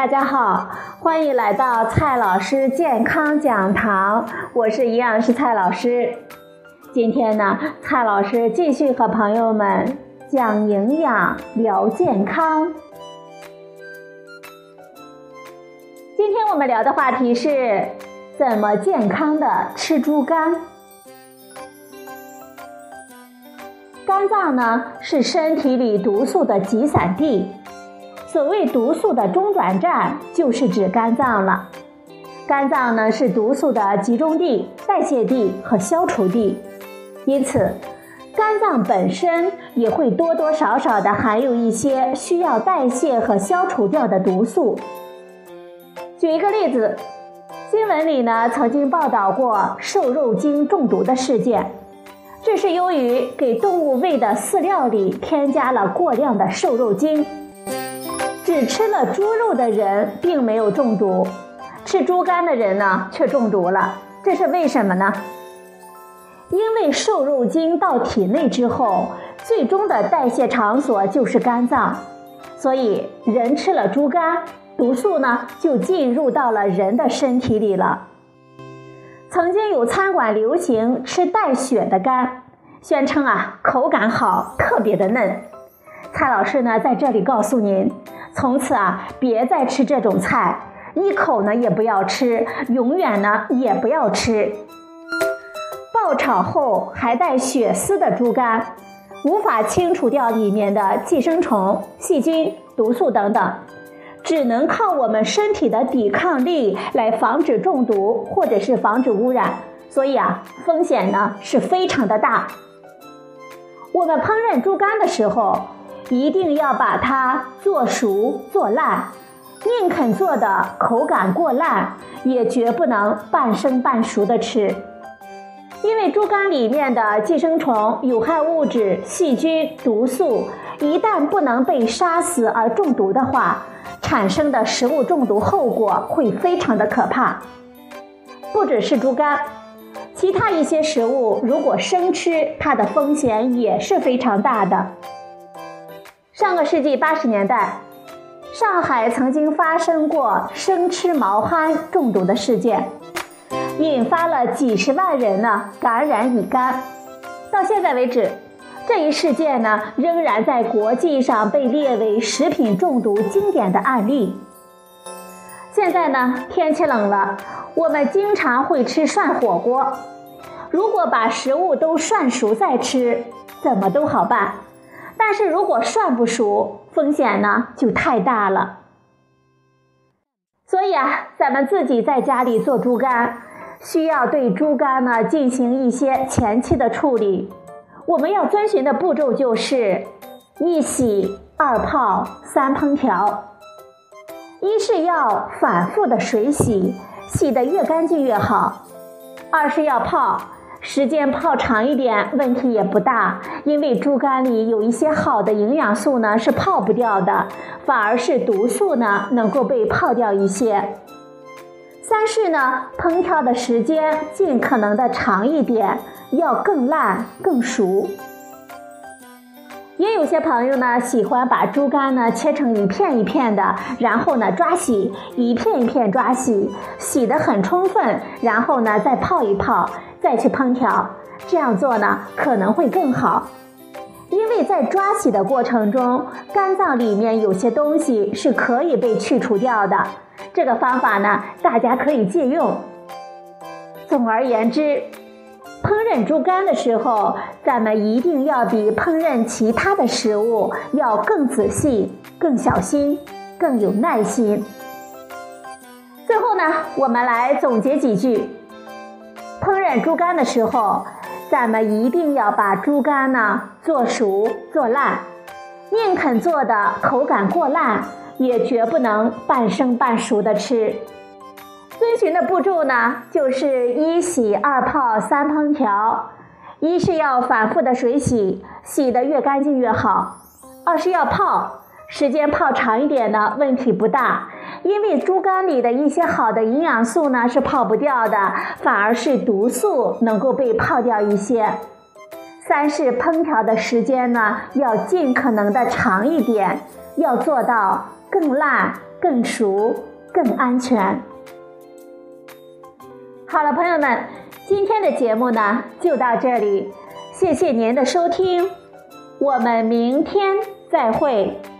大家好，欢迎来到蔡老师健康讲堂，我是营养师蔡老师。今天呢，蔡老师继续和朋友们讲营养聊健康。今天我们聊的话题是怎么健康的吃猪肝。肝脏呢，是身体里毒素的集散地，所谓毒素的中转站就是指肝脏了。肝脏呢，是毒素的集中地、代谢地和消除地，因此肝脏本身也会多多少少的含有一些需要代谢和消除掉的毒素。举一个例子，新闻里呢曾经报道过瘦肉精中毒的事件，这是由于给动物喂的饲料里添加了过量的瘦肉精。只吃了猪肉的人并没有中毒，吃猪肝的人呢却中毒了，这是为什么呢？因为瘦肉精到体内之后，最终的代谢场所就是肝脏，所以人吃了猪肝，毒素呢就进入到了人的身体里了。曾经有餐馆流行吃带血的肝，宣称口感好，特别的嫩。蔡老师呢在这里告诉您，从此别再吃这种菜，一口呢也不要吃，永远呢也不要吃。爆炒后还带血丝的猪肝，无法清除掉里面的寄生虫、细菌、毒素等等，只能靠我们身体的抵抗力来防止中毒或者是防止污染，所以风险呢是非常的大。我们烹饪猪肝的时候，一定要把它做熟做烂，宁肯做的口感过烂，也绝不能半生半熟的吃。因为猪肝里面的寄生虫、有害物质、细菌、毒素，一旦不能被杀死而中毒的话，产生的食物中毒后果会非常的可怕。不只是猪肝，其他一些食物如果生吃，它的风险也是非常大的。上个世纪80年代，上海曾经发生过生吃毛蚶中毒的事件，引发了几十万人感染乙肝。到现在为止，这一事件仍然在国际上被列为食品中毒经典的案例。现在天气冷了，我们经常会吃涮火锅，如果把食物都涮熟再吃，怎么都好办，但是如果涮不熟，风险就太大了。所以咱们自己在家里做猪肝，需要对猪肝进行一些前期的处理。我们要遵循的步骤就是一洗、二泡、三烹调。一是要反复的水洗，洗得越干净越好。二是要泡，时间泡长一点问题也不大，因为猪肝里有一些好的营养素是泡不掉的，反而是毒素能够被泡掉一些。三是烹调的时间尽可能的长一点，要更烂更熟。也有些朋友喜欢把猪肝切成一片一片的，然后抓洗，一片一片抓洗，洗得很充分，然后再泡一泡，再去烹调，这样做可能会更好。因为在抓洗的过程中，肝脏里面有些东西是可以被去除掉的，这个方法大家可以借用。总而言之，烹饪猪肝的时候，咱们一定要比烹饪其他的食物要更仔细、更小心、更有耐心。最后我们来总结几句。烹饪猪肝的时候，咱们一定要把猪肝做熟做烂，宁肯做的口感过烂，也绝不能半生半熟的吃。遵循的步骤就是一洗、二泡、三烹调。一是要反复的水洗，洗得越干净越好。二是要泡，时间泡长一点问题不大，因为猪肝里的一些好的营养素是泡不掉的，反而是毒素能够被泡掉一些。三是烹调的时间要尽可能的长一点， 要做到更烂、更熟、更安全。好了，朋友们，今天的节目呢就到这里，谢谢您的收听，我们明天再会。